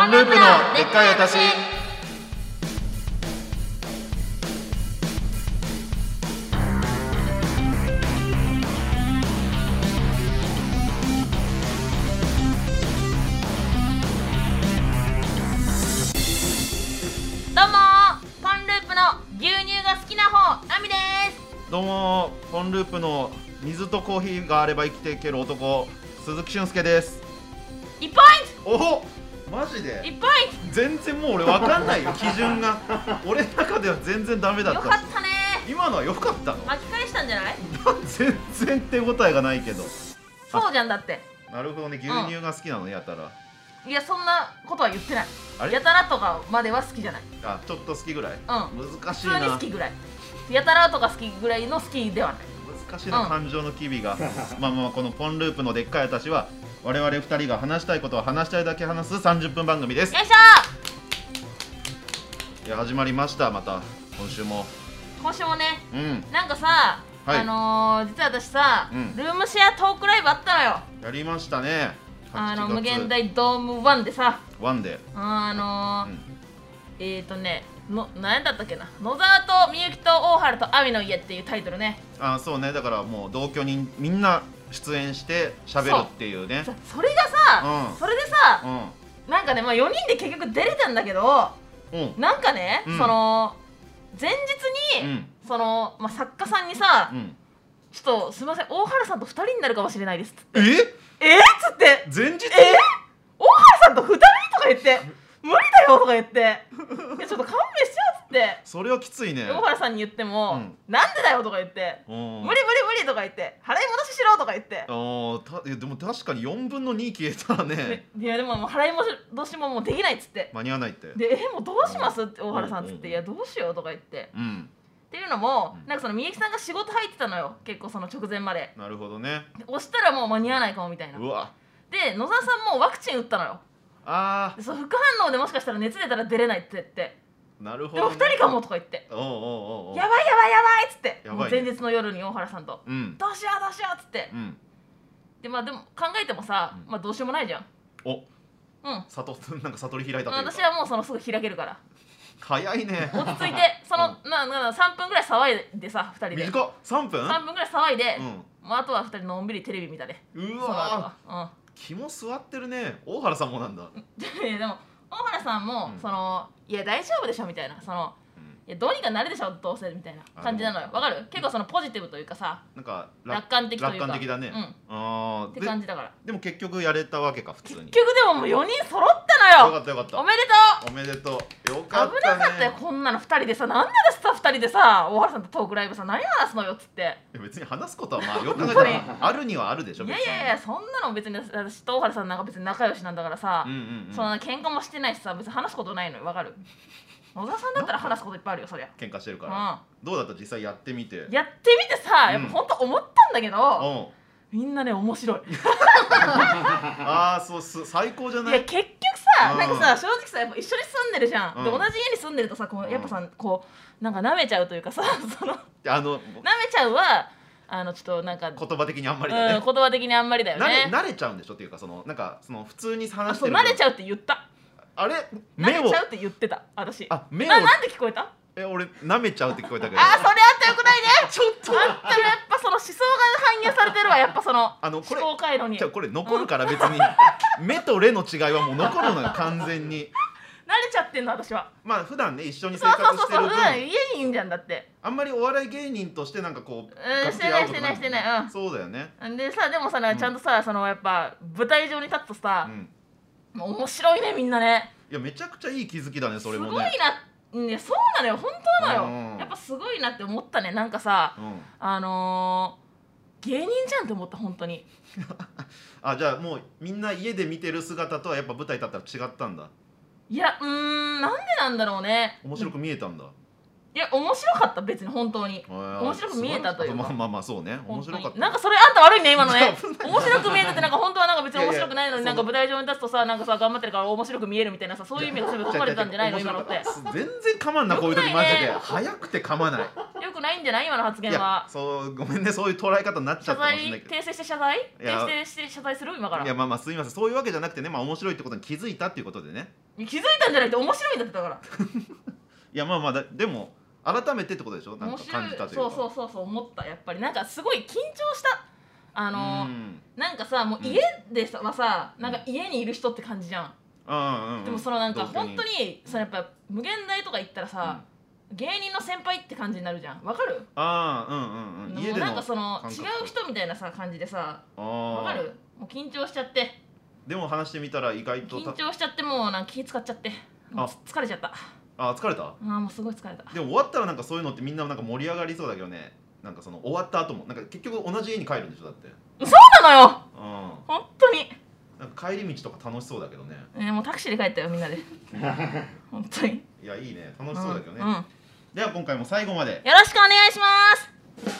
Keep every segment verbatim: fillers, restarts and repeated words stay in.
ンループのでっかい私。 どうもポンループの牛乳が好きな方ナミです。 どうもポンループの水とコーヒーがあれば生きていける男鈴木俊介です。 いちポインおおマジでトいちポイン全然もう俺わかんないよ基準が俺の中では全然ダメだった。 トよかったね。 今のは良かったの？ 巻き返したんじゃない？ 全然手応えがないけど。 そうじゃんだって。 なるほどね、牛乳が好きなのね、やたら。 いやそんなことは言ってない。 あれやたらとかまでは好きじゃない。 あ、ちょっと好きぐらい、 うん難しい普通にな。 好きぐらい。やたらとか好きぐらいの好きではない。 難しいな、 うん感情の機微がまあまあこのポンループのでっかい私は我々ふたりが話したいことを話したいだけ話すさんじゅっぷん番組です。 よいしょいや始まりました。また今週もー。今週もねうんなんかさ、 はいあのー、実は私さ、 うんルームシェアトークライブあったのよ。 やりましたね。 あの無限大大ドームワンでさ、 ワンで、 あのーうん、 えーとねの何だったっけな、野沢とみゆきと大原と亜美の家っていうタイトルね。 あそうね、だからもう同居人みんな出演して喋るっていうね。 そそれがさ、 うんそれでさ、 うなんかね、まあ、よにんで結局出れたんだけど、 んうんなんかね、 うんその前日に、 うんその、まあ、作家さんにさ、 うんちょっとすみません大原さんとふたりになるかもしれないですっつってええっつって前日え大原さんとふたりとか言って無理だよとか言っていやちょっと勘弁してよっつってそれはきついね。 大原さんに言っても、 うんなんでだよとか言って無理無理無理無理とか言って払い戻ししろとか言ってあーたいやでも確かによんぶんのに消えたらねでいやでももう払い戻しももうできないっつって間に合わないって。 でえもうどうしますって大原さんっつっうんうんうんていやどうしようとか言ってうんっていうのもうんなんかそのみゆきさんが仕事入ってたのよ結構その直前までなるほどね。 で押したらもう間に合わないかもみたいなうわで野沢さんもワクチン打ったのよあでその副反応でもしかしたら熱出たら出れないって言ってーなるほでもど、ね、 ふたりかもとか言っておうおうおうおうやばいやばいやばいっつってやばいねもう前日の夜に大原さんとうんどうしようどうしようっつってうんでまあでも考えてもさうんまあどうしようもないじゃんおうん悟なんか悟り開いたというか私はもうそのすぐ開けるから早いね落ち着いてそのななさんぷんぐらい騒いでさふたりで短っさんぷんさんぷんぐらい騒いでうまああとはふたりのんびりテレビ見たでんうその後わは肝座ってるね。大原さんもなんだ。 うんいやでも大原さんもうんそのいや大丈夫でしょみたいなそのいやどうにかなるでしょどうせみたいな感じなのよわかる結構そのポジティブというかさなんか楽観的というか楽観的だね。 うんああって感じだからでも結局やれたわけか普通に。 結局でももうよにん揃ったのよよかったよかった。 おめでとおめでとう。ようかったね。 危なかったよこんなのふたりでさなんで私さふたりでさ大原さんとトークライブさ何話すのよっつっていや別に話すことはまあよく考え本当にたらあるにはあるでしょ。 いやい別にやいやそんなの別に私と大原さんなんか別に仲良しなんだからさ、 うんうんうん。 そんな喧嘩もしてないしさ別に話すことないのよわかる野沢さんだったら話すこといっぱいあるよそりゃ喧嘩してるかうら。どうだった実際やってみて。 んやってみてさやっぱほんと思ったんだけど、 うん。 みんなね面白いああそうす最高じゃいない。 や結局さ、 うんなんかさ正直さやっぱ一緒に住んでるじゃん、 うんで同じ家に住んでるとさこうやっぱさ、こうなんか舐めちゃうというかさその舐あのめちゃうはあのちょっとなんか、 言葉的にあんまりうん、 だね。 言葉的にあんまりだよ慣れね慣れちゃうんでしょっていうかそのなんかその普通にあ話してる。 そう慣れちゃうって言ったあれ舐目をめちゃうって言ってた私あ目をななんで聞こえたあえ俺舐めちゃうって聞こえたけど。 ーそれあったよくないねちょっとあったよやっぱその思想が反映されてるわやっぱそのあのこれ思考回路にじゃあこれ残るから別に目とレの違いはもう残るのよ完全に。 慣れちゃってんの私はまあ普段ね一緒に生そうそうそうそう、 活してる分うん、家にいんじゃんだってあんまりお笑い芸人としてなんかこううんしてないしてないしてないうんそうだよね。 でさでもさうんちゃんとさそのやっぱ舞台上に立つとうさ、 ん。 面白いねみんなねいやめちゃくちゃいい気づきだねそれすもね。 ごいな、いやそうなのよ本当なのうんよやっぱすごいなって思ったねなんかさうん。 あのー、芸人じゃんって思った本当にあじゃあもうみんな家で見てる姿とはやっぱ舞台立ったら違ったんだ。 いやうーんなんでなんだろうね面白く見えたんだ。 いや面白かった別に本当に面面白く見えたというかまあまあまあそうね面本当白かった。 になんかそれあんた悪いね今のね危ない面白く見えたってなんか本当はなんか別に面白くないのにいやいやなんか舞台上に立つとさなんかさ頑張ってるから面白く見えるみたいなさそういう意味が全部含まれてたんじゃないの今のって全然かまんなこういう時マジで早くてかまない。 いや良くないんじゃない今の発言いやは。 そうごめんね、そういう捉え方になっちゃ謝ったかもしれな罪いけど、 訂正して謝罪いや訂正して謝罪する今から。 いやまあまあすみません、そういうわけじゃなくてね、まあ面白いってことに気づいたっていうことでね。 気づいたんじゃないって面白いんだってだから。 いやまあまあだでも改めてってことでしょ、なんか面白い。 感じたというか。 そうそうそうそう思った。やっぱりなんかすごい緊張したあのー、なんかさもう家でさ、うん、はさなんか家にいる人って感じじゃん。 うんうん、 でもそのなんか本当にそのやっぱ無限大とか行ったらさ、うん、芸人の先輩って感じになるじゃん。わかる？ ああうんうんうん。 家でのなんかその違う人みたいなさ感じでさ、わかる？もう緊張しちゃって。 でも話してみたら意外と緊張しちゃってもうなんか気使っちゃってもう疲れちゃった。 あ疲れた？ああもうすごい疲れた。 でも終わったらなんかそういうのってみんななんか盛り上がりそうだけどね。なんかその終わった後もなんか結局同じ家に帰るんでしょだって。 そうなのよ。うん。本当に。 なんか帰り道とか楽しそうだけどね。 えー、もうタクシーで帰ったよみんなで。本当に。 いやいいね、楽しそうだけどね。 うんうん、 では今回も最後までよろしくお願いします。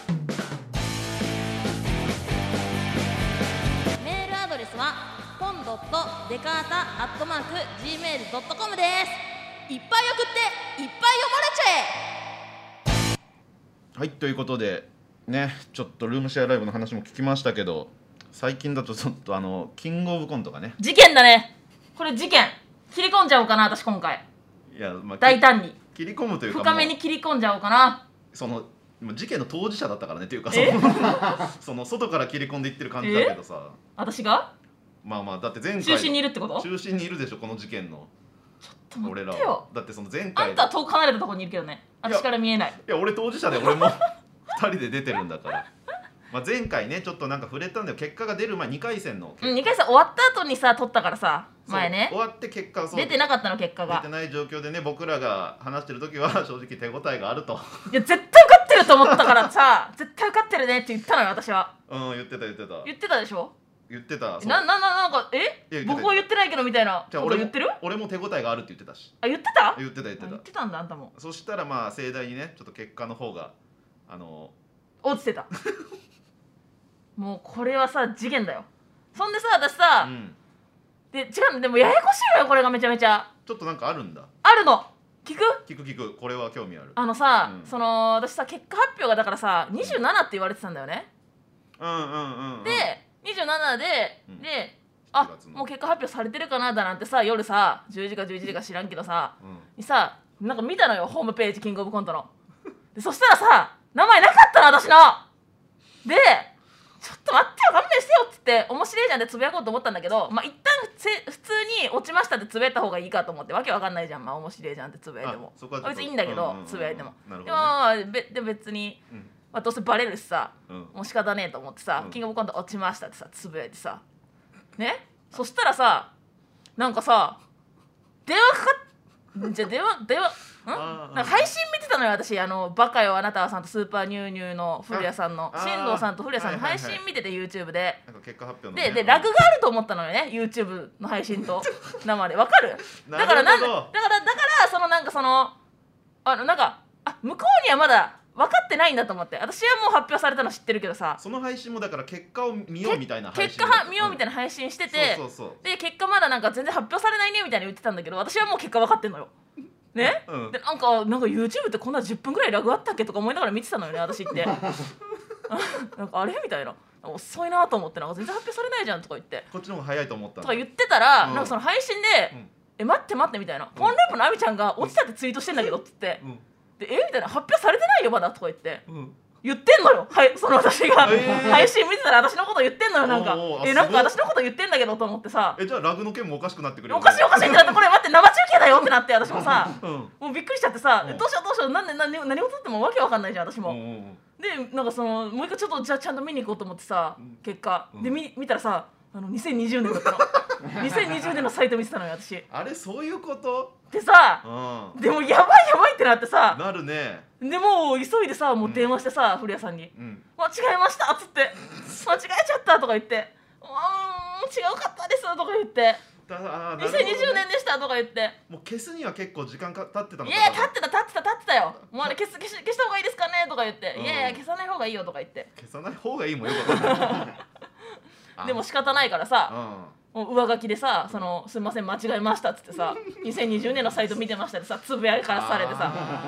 メールアドレスはポンドットデカータアットマーク ジーメールドットコム です。いっぱい送っていっぱい読まれちゃえ。 はいということでね、ちょっとルームシェアライブの話も聞きましたけど、最近だとちょっとあのキングオブコントがね事件だね。これ事件切り込んじゃおうかな私今回。 いや、まあ、 大胆に切り込むというか深めに切り込んじゃおうかな。 その事件の当事者だったからねっていうかそのその外から切り込んでいってる感じだけどさ。 私がまあまあだって前回中心にいるってこと？ 中心にいるでしょこの事件の。 ちょっと待ってよ。 だってその前回あんたは遠く離れたところにいるけどね、私から見えない。 いや俺当事者で俺もふたりで出てるんだから。まあ前回ねちょっとなんか触れたんだよ、結果が出る前にかい戦の、 うん、にかい戦終わった後にさ撮ったからさ前ね終わって結果そう出てなかったの結果が出てない状況でね僕らが話してる時は正直手応えがあると。 いや絶対受かってると思ったからさ絶対受かってるねって言ったのよ私は。 うん言ってた言ってた言ってたでしょ。 言ってた。 な、な、な、なんか、え僕は言ってないけどみたいなこと言ってる？ 俺も手応えがあるって言ってたし。 あ、言ってた？ 言ってた言ってた。 言ってたんだあんたも。 そしたらまあ盛大にねちょっと結果の方があの落ちてた。もうこれはさ事件だよ。そんでさ私さ、うん、で違うのでもややこしいのよこれがめちゃめちゃ。 ちょっとなんかあるんだ。 あるの。聞く？ 聞く聞く。これは興味ある。 あのさ、うん、その私さ結果発表がだからさにじゅうななって言われてたんだよね。 うんうんうん、うん、 でにじゅうななで、うん、であもう結果発表されてるかなだなんてさ夜さじゅうじかじゅういちじか知らんけどさ、うん、にさなんか見たのよホームページキングオブコントの。でそしたらさ名前なかったの私の。でちょっと待ってよ勘弁してよっつって面白いじゃんってつぶやこうと思ったんだけど、まあ一旦せ普通に落ちましたってつぶやいた方がいいかと思って、わけわかんないじゃんまあ面白いじゃんってつぶやいても別にいいんだけど、つぶやいても、ね、でもまあで別に、うんまあ、どうせバレるしさ、うん、もう仕方ねえと思ってさ、うん、キングオブコント落ちましたってさつぶやいてさね、そしたらさなんかさ電話かかっじゃ電話電話んなんか配信見てたのよ私。あのバカよあなたはさんとスーパーニューニューの古谷さんの進藤さんと古谷さんの配信見てて YouTube でなんか結果発表の、 ね、ででラグがあると思ったのよね YouTube の配信と生でわかるだからなんだだからだからそのなんかそのあのなんかあ向こうにはまだ分かってないんだと思って。私はもう発表されたの知ってるけどさ、 その配信もだから結果を見ようみたいな配信結果見ようみたいな配信してて、 うん、そうそうそうで結果まだなんか全然発表されないねみたいに言ってたんだけど私はもう結果分かってんのよね、うん、でなんかなんか YouTube ってこんなじゅっぷんぐらいラグあったっけとか思いながら見てたのよね私ってなんかあれみたいな遅いなと思ってなんか全然発表されないじゃんとか言ってこっちの方が早いと思ったとか言ってたら、うん、なんかその配信で、うん、え待って待ってみたいな、うん、ポンループのあみちゃんが落ちたってツイートしてんだけどって言って、うんでえみたいな発表されてないよまだとか言って、うん、言ってんのよ、はい、その私が、えー、配信見てたら私のこと言ってんのよなんかえなんか私のこと言ってんだけどと思ってさえじゃあラグの件もおかしくなってくるよ、ね、 おかしいおかしいってなってこれ待って生中継だよってなって私もさ、うん、もうびっくりしちゃってさ、うん、どうしようどうしようなんで何何を撮ってもわけわかんないじゃん私も、うんうん、でなんかそのもう一回ちょっとじゃあちゃんと見に行こうと思ってさ、うん、結果、うん、で 見, 見たらさあのにせんにじゅうねんだったのにせんにじゅうねんのサイト見てたのよ私。 あれそういうことでさ、うん、でもやばいやばいってなってさなるね。 でもう急いでさもう電話してさ、うん、古谷さんに、うん、間違えましたっつって間違えちゃったとか言ってうーん違うかったですとか言ってだにせんにじゅうねんでしたとか言ってもう消すには結構時間か経ってたのか。 いやいや経ってた経ってた経ってたよもうあれ消す消し消した方がいいですかねとか言って、うん、いやいや消さない方がいいよとか言って消さない方がいいもよくわかんないでも仕方ないからさ、うん、もう上書きでさそのすいません間違えましたっつってさにせんにじゅうねんのサイト見てましたってさつぶやからされてさ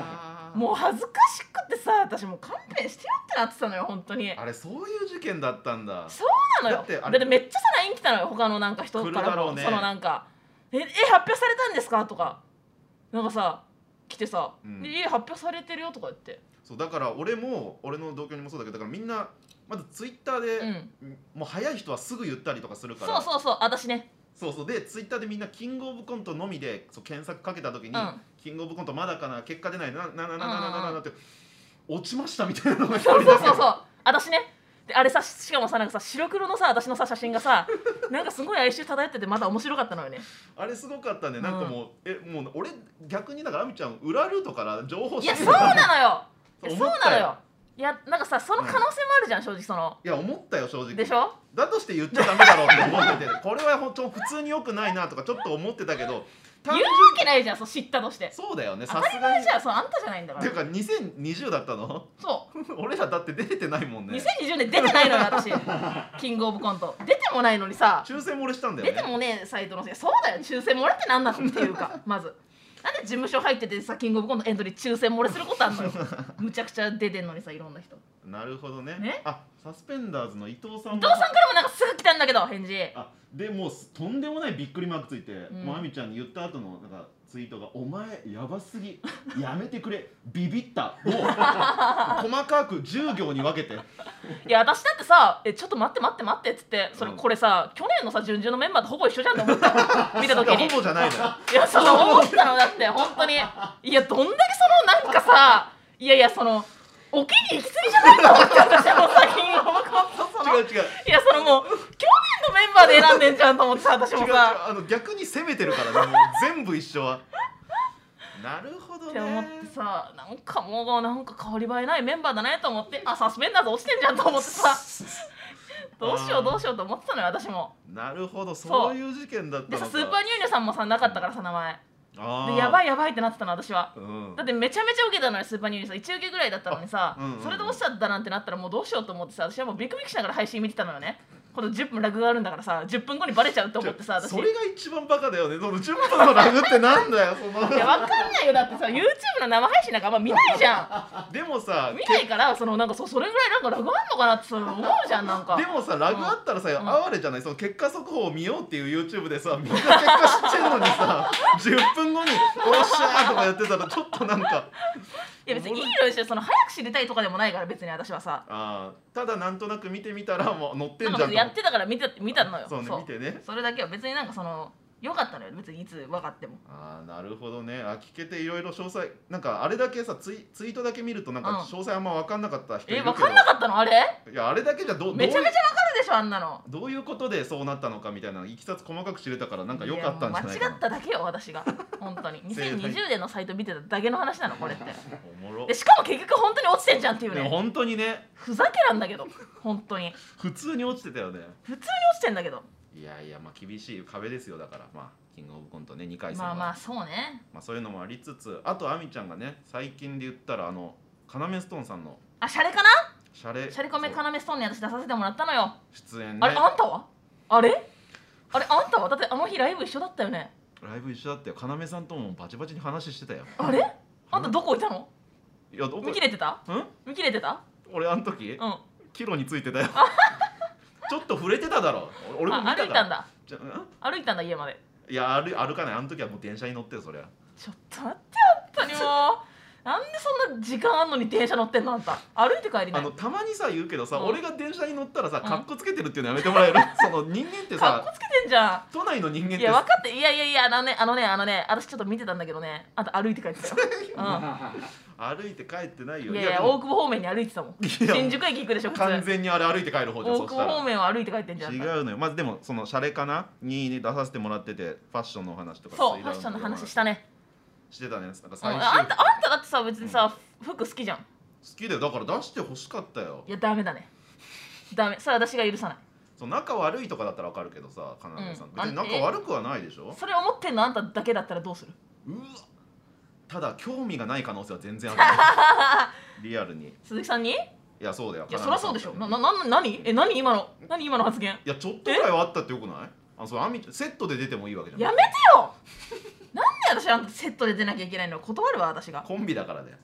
もう恥ずかしくてさ、私もう勘弁してよってなってたのよ本当に。 あれそういう事件だったんだ。 そうなのよ。 だってあれだってめっちゃさ ライン 来たのよ他のなんか人からも、ね、そのなんかええ発表されたんですかとかなんかさ来てさ、うん、え発表されてるよとか言って。 そうだから俺も俺の同居にもそうだけど、だからみんなまずツイッターで、うん、もう早い人はすぐ言ったりとかするから。 そうそうそう私ね。 そうそうでツイッターでみんなキングオブコントのみでそう検索かけた時に、うん、キングオブコントまだかな結果出ないななななななななって落ちましたみたいなのがそうそうそうそう私ね。であれさしかもさなんかさ白黒のさ私のさ写真がさなんかすごい哀愁漂っててまだ面白かったのよね。 あれすごかったね。なんかもう、うん、えもう俺逆になんかあみちゃん裏ルートから情報いやそうなのよそうなのよ。いやなんかさその可能性もあるじゃん、うん、正直そのいや思ったよ正直でしょ。 だとして言っちゃダメだろうって思っててこれは本当普通に良くないなとかちょっと思ってたけど言うわけないじゃんそう知ったとして。 そうだよね当たり前じゃんそうあんたじゃないんだから。 ていうかにせんにじゅうだったの。 そう俺らだって出てないもんね。 にせんにじゅうねん出てないのよ私キングオブコント出てもないのにさ抽選漏れしたんだよね。 出てもねサイトのせい。そうだよ抽選漏れって何なのっていうかまずなんで事務所入っててさキングオブコントエントリー抽選漏れすることあんのよむちゃくちゃ出てんのにさいろんな人。 なるほどね。 ねあサスペンダーズの伊藤さん伊藤さんからもなんかすぐ来たんだけど返事。 あでもうとんでもないびっくりマークついて、うん、もうあみちゃんに言った後のなんかツイートが「お前やばすぎやめてくれビビった」を細かくじゅう行に分けていや私だってさ「えちょっと待って待って待って」っつってそれ、うん、これさ去年のさ準々のメンバーとほぼ一緒じゃんって思った見た時にほぼじゃないのよ。 いやその思ったのだって本当にいやどんだけそのなんかさいやいやそのお気に行き過ぎじゃないと思って私はもう先に思ったその違う違ういやそのもう去年のメンバーで選んでんじゃんと思ってさ私もさ違う違うあの逆に攻めてるからねもう全部一緒はなるほどねって思ってさなんかもうなんか変わり映えないメンバーだねと思ってあサスペンダーズ落ちてんじゃんと思ってさどうしようどうしようと思ってたのよ私も。 なるほどそういう事件だったのか。 でさスーパーニューニュさんもさなかったからさ名前でやばいやばいってなってたの私は、うん、だってめちゃめちゃ受けたのよスーパーニューニュさんいち受けぐらいだったのにさ、うんうんうん、それで落ちちゃったなんてなったらもうどうしようと思ってさ私はもうビクビクしながら配信見てたのよね。このじゅっぷんラグがあるんだからさじゅっぷんごにバレちゃうと思ってさ私それが一番バカだよねそのじゅっぷんのラグってなんだよそのいや分かんないよだってさ YouTube の生配信なんかあんま見ないじゃんでもさ見ないからそのなんか そ, それぐらいなんかラグあんのかなって思うじゃんなんかでもさラグあったらさ、うん、哀れじゃないその結果速報を見ようっていう YouTube でさみんな結果知ってんのにさじゅっぷんごに「おっしゃー」とかやってたらちょっとなんかいや別にいいのよその早く知りたいとかでもないから別に私はさあただなんとなく見てみたらもう載ってんじゃんやってたから見て見たのよ。 そうね見てねそれだけは別になんかそのよかったのよ別にいつ分かっても。 ああなるほどね。あ聞けていろいろ詳細なんかあれだけさツイツイートだけ見るとなんか詳細あんま分かんなかった人いるけど、 うん、え分かんなかったのあれ。 いやあれだけじゃどうめちゃめちゃ分かるでしょあんなの。 どういうことでそうなったのかみたいないきさつ細かく知れたからなんか良かったんじゃないかな。 間違っただけよ私が本当ににせんにじゅうねんのサイト見てただけの話なのこれっておもろでしかも結局本当に落ちてんじゃんっていうね。 本当にねふざけなんだけど本当に普通に落ちてたよね。 普通に落ちてんだけどいやいやまあ厳しい壁ですよだからまあキングオブコントねにかい戦はまあまあそうねまあそういうのもありつつあとあみちゃんがね最近で言ったらあのカナメストーンさんのあシャレかなシャレシャレコメカナメストーンに私出させてもらったのよ出演ね。 あれあんたはあれあれあんたはだってあの日ライブ一緒だったよね。 ライブ一緒だったよ。カナメさんともバチバチに話してたよ。 あれあんたどこいたの。 いやどこ見切れてたん見切れてた俺あの時うんキロについてたよちょっと触れてただろ俺も見たから歩いたんだじゃ歩いたんだ家まで。 いや歩歩かないあの時はもう電車に乗ってよそりゃ。 ちょっと待って本当にもうなんでそんな時間あんのに電車乗ってんのあんた歩いて帰りなあのたまにさ言うけどさ、 うん俺が電車に乗ったらさカッコつけてるっていうのやめてもらえるその人間ってさカッコつけてんじゃん都内の人間っていや分かっていやいやいやあのねあのねあのね私ちょっと見てたんだけどねあんた歩いて帰ってたよ、 歩いて帰ってないよ。 うん、いやいや大久保方面に歩いてたもん新宿駅行くでしょ完全にあれ歩いて帰る方じゃん。 大久保方面は歩いて帰ってんじゃん。 違うのよ。まずでもそのシャレかなに出させてもらっててファッションのお話とかそうファッションの話したねしてたね。なんか最終、うん、あんたあんただってさ別にさ、うん、服好きじゃん。好きだよ。だから出してほしかったよ。 いやダメだねダメそれ私が許さない。 そう仲悪いとかだったらわかるけどさかなめさん、うん、別に仲悪くはないでしょ。 それ思ってんのあんただけだったらどうする。 うわただ興味がない可能性は全然あるリアルに鈴木さんに。いやそうだよ。 いやそりゃそうでしょ。ななな何え何今の何今の発言。 いやちょっとぐらいはあったってよくない。あそれあみセットで出てもいいわけじゃん。 やめてよなんで私あんたセットで出なきゃいけないの。断るわ私が。 コンビだからだよ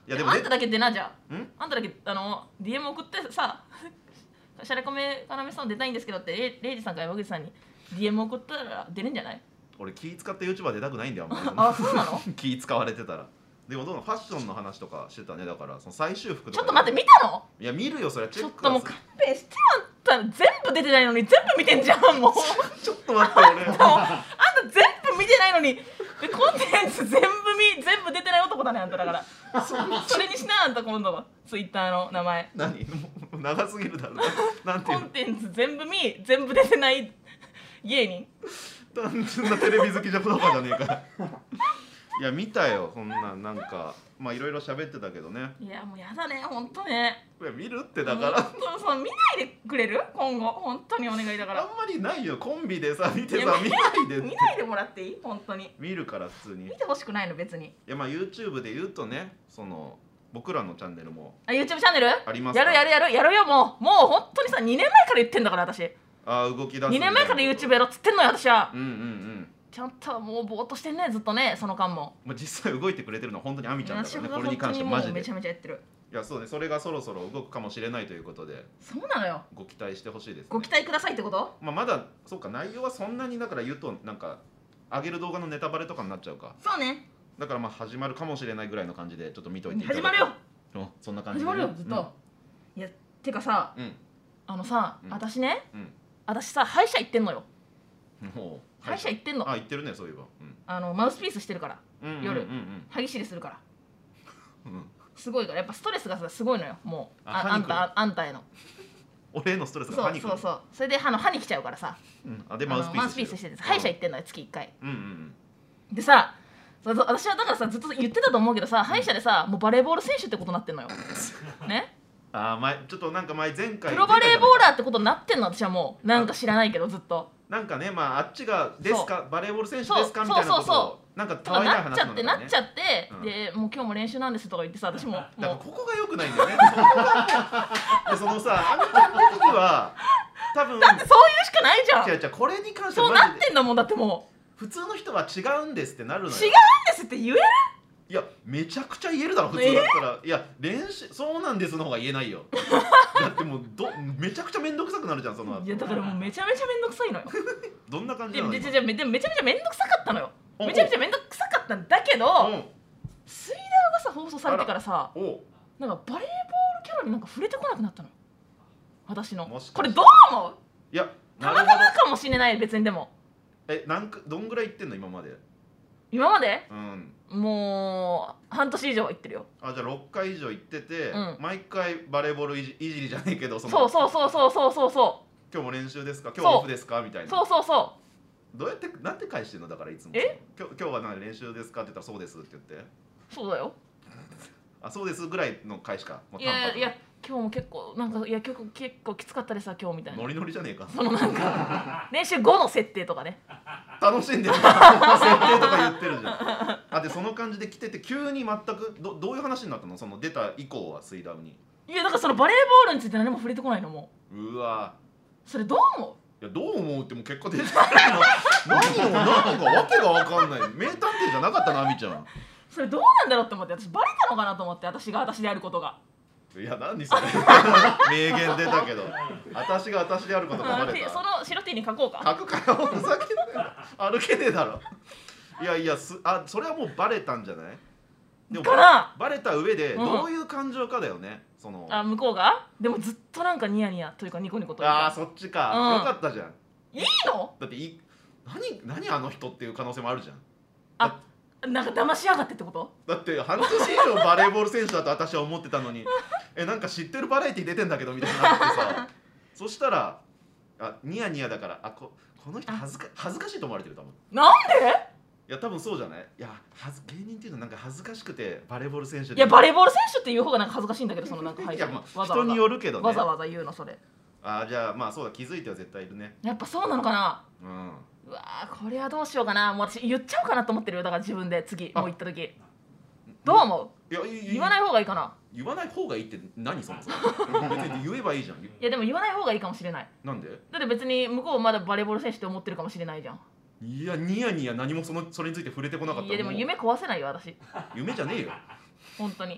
いやでもねあんただけ出なじゃんんあんただけあの ディーエム 送ってさシャレコメ要さん出たいんですけどってレレイジさんか山口さんに ディーエム 送ったら出るんじゃない？ 俺気使って YouTuber 出たくないんだよあんまりあ、そうなの？ 気使われてたら。でもどうなのファッションの話とかしてたね。だからその最終服とかちょっと待って見たの？ いや見るよそれはチちェックょっともう勘弁してよあんた全部出てないのに全部見てんじゃんもうちょっと待って俺あんた全部見てないのにでコンテンツ全部見全部出てない男だねあんただからそれにしなあんた今度はツイッターの名前何もう長すぎるだろなんていうのコンテンツ全部見全部出てない芸人単純なテレビ好きじゃとかじゃねえかいや見たよそんなんなんかまあいろいろ喋ってたけどね。 いやもうやだねほんとねいや見るってだからそうそう見ないでくれる今後本当にお願いだからあんまりないよコンビでさ見ていやさ見ないでって見ないでもらっていい本当に見るから普通に。い見てほしくないの別にやまあ YouTube で言うとねその僕らのチャンネルもあ YouTube チャンネルありますか？ やるやるやるやるよもうもう本当にさにねんまえから言ってんだから私あ動き出すにねんまえから YouTube やろっつってんのよ私はうんうんうんちゃんともうぼーっとしてんねずっとねその間もまあ実際動いてくれてるのは本当にアミちゃんだからね私はこれに関してはマジで。 本当にもうめちゃめちゃやってるいやそうねそれがそろそろ動くかもしれないということでそうなのよご期待してほしいです、ね、 ご期待くださいってこと？ まあ、まだそうか内容はそんなにだから言うとなんか上げる動画のネタバレとかになっちゃうか。 そうねだからまあ始まるかもしれないぐらいの感じでちょっと見といていただ始まるよおそんな感じで、 始まるよずっと、いやてかさうんあのさ、 うん私ねうん私さ歯医者行ってんのようんもう歯医者行ってんのあ言ってるねそういえばあのマウスピースしてるからうん夜うんうん歯ぎしりするからうんうんすごいからやっぱストレスがさすごいのよもうああ歯に来るあんたあんたへの俺へのストレスそが歯にくるうそうそうそれで歯の歯に来ちゃうからさうんあであマウスピースのマウスピースしてて歯医者行ってんのよ月いっかいうんうんうんでさそうそう私はだからさずっと言ってたと思うけどさ歯医者でさもうバレーボール選手ってことになってんのよねあ前ちょっとなんか前前回プロバレーボーラーーってことになってんの私はもうなんか知らないけどずっとなんかねまああっちがですかバレーボール選手ですかそうみたいなことそうそうをなんかとたわいないかなっちゃ話なんだからねってなっちゃって、 うんでもう今日も練習なんですとか言ってさ私もだからもここが良くないんだよねそこがでそのさあみちゃん的には多分うだってそういうしかないじゃん違う違うこれに関してそうなはマジでってんだもんだっても普通の人は違うんですってなるのよう違うんですって言えるいやめちゃくちゃ言えるだろ普通だったら、いや練習そうなんですの方が言えないよだってもうどめちゃくちゃ面倒くさくなるじゃんその後いやだからもうめちゃめちゃめんどくさいのよどんな感じでなの今ででででめちゃめちゃめんどくさかったのよおめちゃめちゃめんどくさかったんだけどうん水ダウがさ放送されてからさおなんかバレーボールキャラになんか触れてこなくなったの私のもしかしてこれどう思ういやたまなるほどたまかもしれない別にでもえなんかどんぐらい行ってんの今まで今までうんもう半年以上は行ってるよあじゃあろっかい以上行ってて、 うん毎回バレーボールいじいじりじゃないけどそのそうそうそうそうそうそうそ今日も練習ですか今日はオフですかみたいうなそうそうそどうやってなんて返してんのだからいつもえ今日今日は何練習ですかって言ったらそうですって言ってうそうだよあそうですぐらいの返しかもういや淡白いや今日も結構なんかいや結構結構きつかったですわ今日みたいなノリノリじゃねえかそのなんか練習後の設定とかね楽しんでるな設定とか言ってるじゃんあでその感じで来てて急に全くどどういう話になったのその出た以降は水ダウにいやだからそのバレーボールについて何も触れてこないのもうわうそれどう思いやどう思うってもう結果出てるの何を何かわけが分かんない名探偵じゃなかったなあみちゃんうそれどうなんだろうって思って私バレたのかなと思って私が私であることがいや何それ名言出たけど私が私であることがバレたその白 T に書こうか書くかよふざけんなよ歩けねえだろいやいやすあそれはもうバレたんじゃないでもかなバレた上でうんどういう感情かだよね、そのあ向こうがでもずっとなんかニヤニヤというかニコニコというかあーそっちか、 うんよかったじゃんいいのだってい何何あの人っていう可能性もあるじゃんあなんか騙しやがってってことだって半年以上バレーボール選手だと私は思ってたのにえなんか知ってるバラエティ出てんだけどみたいになってさそしたらあニヤニヤだからあここの人恥ずか恥ずかしいと思われてる多分なんでいや多分そうじゃないいやはず芸人っていうのはなんか恥ずかしくてバレーボール選手でいやバレーボール選手っていう方がなんか恥ずかしいんだけどそのなんか配信いやまあわざわざ人によるけどねわざわざ言うのそれあじゃあまあそうだ気づいては絶対いるねやっぱそうなのかなうんうわーこれはどうしようかなもう私言っちゃおうかなと思ってるよだから自分で次あもう行った時どう思ういやい言わない方がいいかな言わない方がいいって何そもそも別に言えばいいじゃんいやでも言わない方がいいかもしれないなんでだって別に向こうまだバレーボール選手って思ってるかもしれないじゃんいやニヤニヤ何もそのそれについて触れてこなかったらいやでも夢壊せないよ私夢じゃねえよ本当に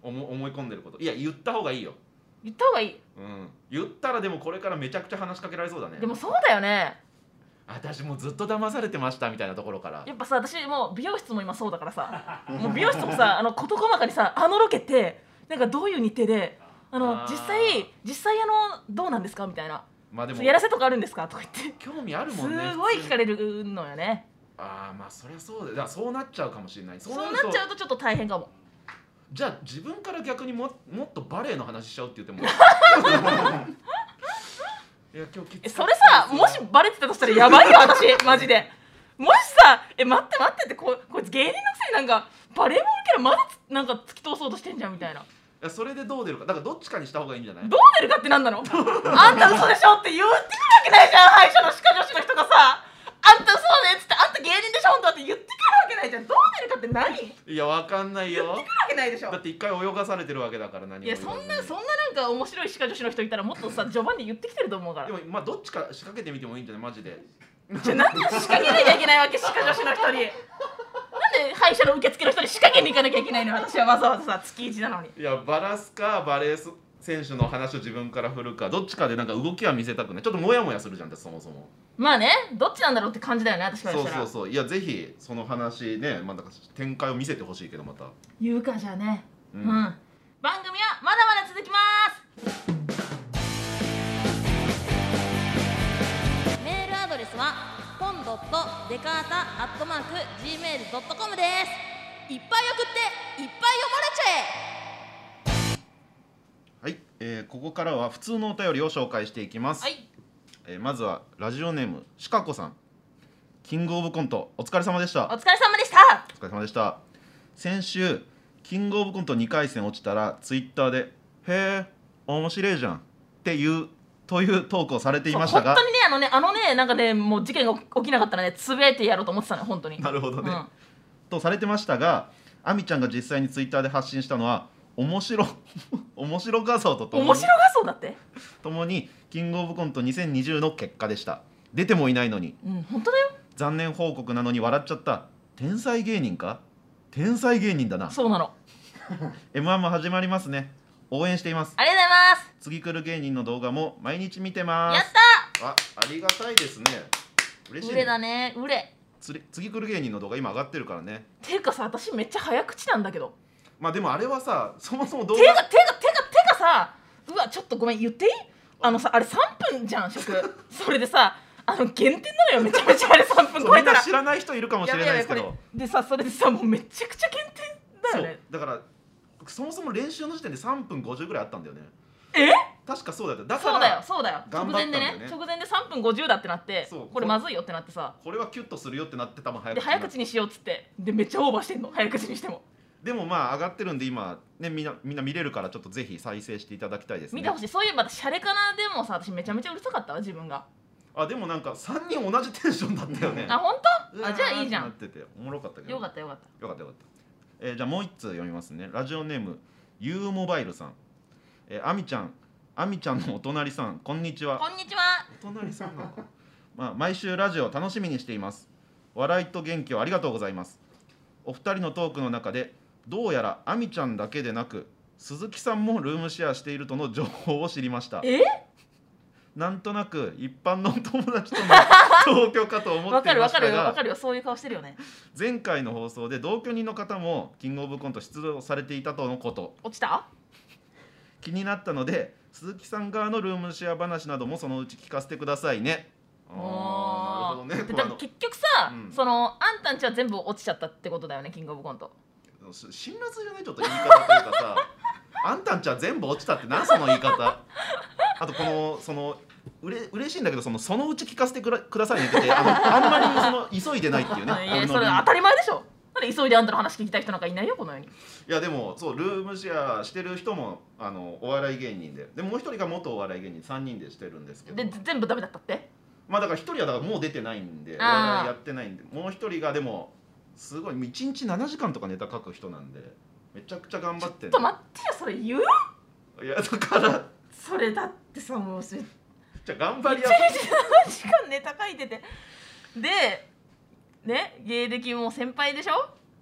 思思い込んでること。いや言った方がいいよ。 言った方がいい。 うん、言ったらでもこれからめちゃくちゃ話しかけられそうだね。 でもそうだよね。 私もうずっと騙されてましたみたいなところから。 やっぱさ、私もう美容室も今そうだからさもう美容室もさ、あの事細かにさ、あのロケってなんかどういう日程で、あのあー実際実際あのどうなんですかみたいな、 まあでもやらせとかあるんですかとか言って興味あるもんね。 すごい聞かれ。 れるのよね。 ああまあそりゃそうだ。だからそうなっちゃうかもしれない。 そうなっるとちゃうとちょっと大変かも。 じゃあ自分から逆にももっとバレエの話しちゃうって言ってもいや今日きつえそれさ、もしバレてたとしたらやばいよ私マジで。もしさ、え待って待ってってここいつ芸人のくせになんかバレーボールキャラまだつなんか突き通そうとしてんじゃんみたいな。 いやそれでどう出るか。だからどっちかにした方がいいんじゃない。 どう出るかってなんなのあんた嘘でしょって言ってくるわけないじゃん、歯医者の歯科助手の人がさ、あんた嘘ねっつって、あんた芸人でしょ本当って言ってくるわけないじゃん。どう出るかって何？ いやわかんないよ。 言ってくるわけないでしょ。 だって一回泳がされてるわけだから何もいや言わずに。 そんなそんななんか面白い歯科助手の人いたらもっとさ序盤で言ってきてると思うから。 でもまあどっちか仕掛けてみてもいいんじゃないマジで。 じゃあなんで仕掛けなきゃいけないわけ歯科助手の人に。なんで歯医者の受付の人に仕掛けに行かなきゃいけないの私はわざわざさ月一なのに。 いやバラすかバレー選手の話を自分から振るかどっちかでなんか動きは見せたくない。ちょっとモヤモヤするじゃんってそもそも。 まあね、どっちなんだろうって感じだよね私からそうしたら。 そうそう。いやぜひその話ね、まあ、なんか展開を見せてほしいけどまた。 言うかじゃあね。 ううんん、番組はまだまだ続きます。メールアドレスはポンドットデカータアットマーク ジーメールドットコム です。いっぱい送っていっぱい読まれちゃえ。 はい、えーここからは普通のお便りを紹介していきます。 はい、 えーまずはラジオネームしかこさん。キングオブコントお疲れ様でした。 お疲れ様でした。 お疲れ様でした。先週キングオブコントにかい戦落ちたらツイッターで「へえ面白いじゃん」っていうというトークをされていましたが、 本当にね、あのね、あのね、なんかね、もう事件が起きなかったらね、つぶやいてやろうと思ってたのよ、本当に。 なるほどね、 うんとされてましたが、あみちゃんが実際にツイッターで発信したのは面白面白画像とともに面白画像だって。 ともにキングオブコントにせんにじゅうの結果でした。出てもいないのにうん、本当だよ。 残念報告なのに笑っちゃった。天才芸人か。天才芸人だな。 そうなの。 エムワン も始まりますね。応援しています。 ありがとうございます。 次来る芸人の動画も毎日見てます。 やったあ、ありがたいですね。嬉しい、 ー。売れだね、売れ。 つり次来る芸人の動画今上がってるからね。 ていうかさ、私めっちゃ早口なんだけど。 まあでもあれはさ、そもそも動画てかてかてかてかさ、うわちょっとごめん言っていい？あのさ、あれさんぷんじゃん尺。それでさ、あの減点なのよめちゃめちゃあれさんぷんそう超えたら。 みんな知らない人いるかもしれないですけど、 やべやべこれでさ、それでさもうめちゃくちゃ減点だよね。 そうだからそもそも練習の時点でさんぷんごじゅうぐらいあったんだよね。 え？ 確かそうだった。だからそうだよそうだよ。直頑張った前でんだよねね直前でさんぷんごじゅうだってなって、 そうこれまずいよってなってさ。 これはキュッとするよってなって多分早で口早口にしようっつってでめっちゃオーバーしてんの早口にしても。 でもまあ上がってるんで今ねみんなみんな見れるからちょっとぜひ再生していただきたいですね。 見てほしい。そういえばシャレかなでもさ私めちゃめちゃうるさかったわ自分が。 あでもなんかさんにん同じテンションだったよね。 あ本うわー当？あじゃあいいじゃん。 ってなってておもろかったけど。 よかったよかった。 よかったよかった。えーじゃあもう一通読みますね。ラジオネーム U モバイルさん。えー、あみちゃんあみちゃんのお隣さんこんにちは。 こんにちは。 お隣さんなのか。まあ毎週ラジオ楽しみにしています。笑いと元気をありがとうございます。お二人のトークの中でどうやらあみちゃんだけでなく鈴木さんもルームシェアしているとの情報を知りました。 え？ なんとなく一般の友達との同居かと思っていわかるわかましたが、 るよわかるよそういう顔してるよね。 前回の放送で同居人の方もキングオブコント出場されていたとのこと。 落ちた？ 気になったので鈴木さん側のルームシェア話などもそのうち聞かせてくださいね。あーなるほどね。 でこれあのだ結局さ、 うんそのあんたんちは全部落ちちゃったってことだよねキングオブコント。 辛辣じゃないちょっと言い方というかさあんたんちは全部落ちたって何その言い方。あとこのそのうれ嬉しいんだけどそのそのうち聞かせてくらくださいねって言ってあのあんまりその急いでないっていうね。 いや俺のそれ当たり前でしょ。なんで急いであんたの話聞きたい人なんかいないよこの世に。 いやでもそうルームシェアしてる人もあのお笑い芸人ででもう一人が元お笑い芸人さんにんでしてるんですけど、 で全部ダメだったって。 まあだから一人はだからもう出てないんでおあー笑いやってないんでもう一人がでもすごいいちにちしちじかんとかネタ書く人なんでめちゃくちゃ頑張ってちょっと待ってよそれ言う？ いやだからそれだってさもうそれじゃあ頑張りいちやにちななじかんネタ書いててでね芸歴も先輩でしょ。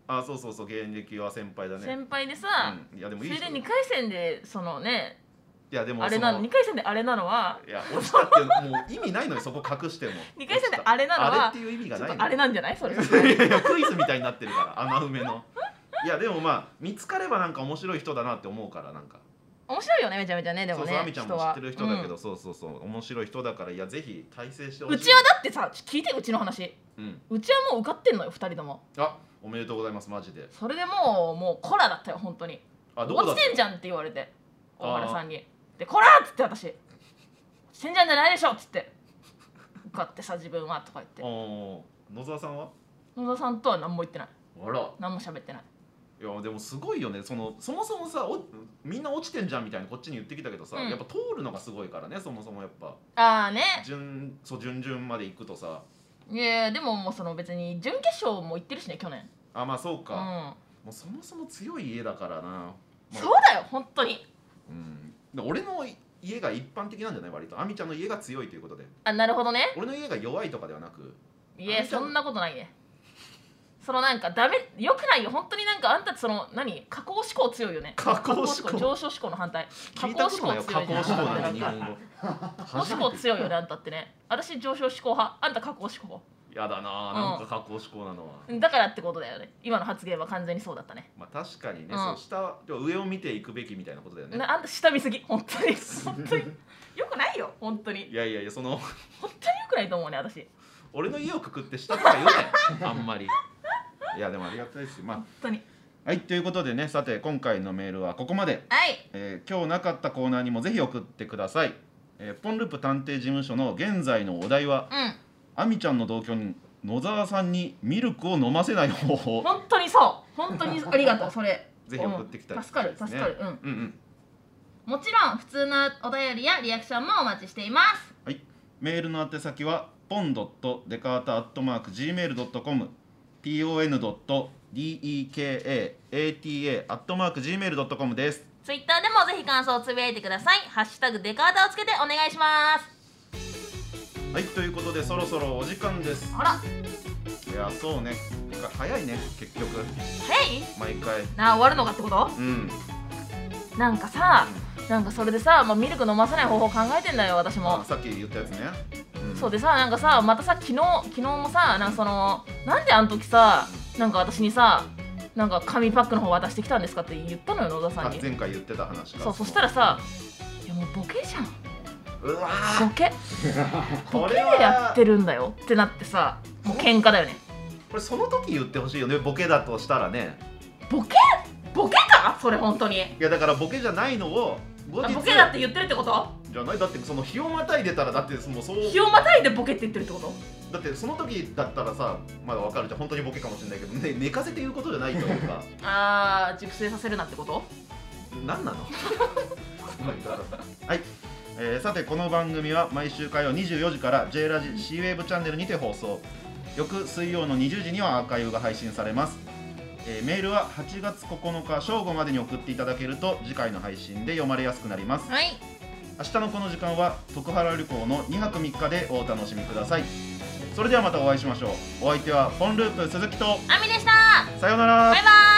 あ、そうそうそう、現役は先輩だね。 先輩でさ、 うん、いやでもいい人だ。 それでにかい戦でそのね、 いやでもあれなの、にかい戦であれなのは、 いや落ちたってもう意味ないのよ、そこ隠しても。 にかい戦であれなのはあれっていう意味がないの。 あれなんじゃない？それ。 いやいやクイズみたいになってるから穴埋めの。いやでもまあ見つかればなんか面白い人だなって思うからなんか。 面白いよね、めちゃめちゃね。でもね、 そうそう、あみちゃんも知ってる人だけど、 うん、 そうそうそう面白い人だから、いやぜひ大成してほしい。 うちはだってさ、聞いてうちの話、 うん、 うちはもう受かってんのよふたりとも。 あ、おめでとうございますマジで。 それでもうもうコラだったよ本当に。 あ、どこだった？ 落ちてんじゃんって言われて大原さんに、でコラっつって私落ちてんじゃんじゃないでしょっつって、受かってさ自分はとか言って。 お野沢さんは？ 野田さんとは何も言ってない。 あら、 何も喋ってない。 いやでもすごいよね。そのそもそもさおみんな落ちてんじゃんみたいにこっちに言ってきたけどさ、 うん、 やっぱ通るのがすごいからね。そもそもやっぱああね、 順そう順々まで行くとさ。 いやでももうその別に準決勝も行ってるしね去年。 あ、まあそうか、 うん、 もうそもそも強い家だからな、まあ、 そうだよ本当に。 うん、で俺の家が一般的なんじゃない？割とあみちゃんの家が強いということで。 あ、なるほどね。 俺の家が弱いとかではなく。 いやそんなことないね。そのなんかダメ、よくないよ本当に。なんかあんたその何、加工思考強いよね。 加工思考、 上昇思考の反対。 聞いたことないよ加工思考なんて日本語。 加工思考強いよねあんたってね。私上昇思考派、あんた加工思考。 やだな、なんか加工思考なのは。 だからってことだよね。今の発言は完全にそうだったね。 まあ確かにね、 うん、 そう下上を見ていくべきみたいなことだよね。 あんた下見すぎ本当に本当によくないよ本当に。 いやいやいや、その本当によくないと思うね私。 俺の家をくくって下とか言うねあんまり。いやでもありがたいですよ。まあ本当に。 はい、ということでね、さて今回のメールはここまで。 はい、 えー、今日なかったコーナーにもぜひ送ってください。えー、ポンループ探偵事務所の現在のお題は、 うん、 あみちゃんの同居人野沢さんにミルクを飲ませない方法。 本当にそう本当にありがとうそれぜひ送ってきたい、 うん、助かる助かる、うん、 うんうんもちろん普通のお便りやリアクションもお待ちしています。 はい、メールの宛先はポンドットデカータアットマーク ジーメールドットコム ピーオーエヌドットディーイーケーエーエーティーエー アットマーク ジーメールドットコム です。 ツイッターでもぜひ感想をつぶやいてください。ハッシュタグデカータをつけてお願いします。 はい、ということでそろそろお時間です。 あら、 いやそうね、早いね結局。 早い？ 毎回なあ終わるのかってこと？ うん。 なんかさ、なんかそれでさ、まあ、ミルク飲ませない方法考えてんだよ私も。 あ、さっき言ったやつね。 うん、そうでさ、なんかさまたさ昨日昨日もさ、なんかそのなんであの時さ、なんか私にさ、なんか紙パックの方渡してきたんですかって言ったのよ野田さんに。 前回言ってた話か。 そう、そしたらさ、いやもうボケじゃん。 うわボケボケでやってるんだよってなってさ、もう喧嘩だよね。 これその時言ってほしいよね、ボケだとしたらね。 ボケボケかそれ本当に。いやだからボケじゃないのを後日。 ボケだって言ってるってこと？ じゃない、だってその日をまたいでたら、だってもうそう日をまたいでボケって言ってるってこと？ だってその時だったらさ、まだわかるじゃん、本当にボケかもしれないけど、ね、寝かせて言うことじゃないというかあー、熟成させるなってこと？ 何なのはい、えー、さてこの番組は毎週火曜にじゅうよじから J ラジ シーウェーブチャンネルにて放送。翌水曜のにじゅうじにはアーカイブが配信されます。えー、メールははちがつここのか正午までに送っていただけると次回の配信で読まれやすくなります。 はい、 明日のこの時間は徳原旅行のにはくみっかでお楽しみください。それではまたお会いしましょう。お相手はポンループ鈴木とあみでした。 さようなら。 バイバーイ。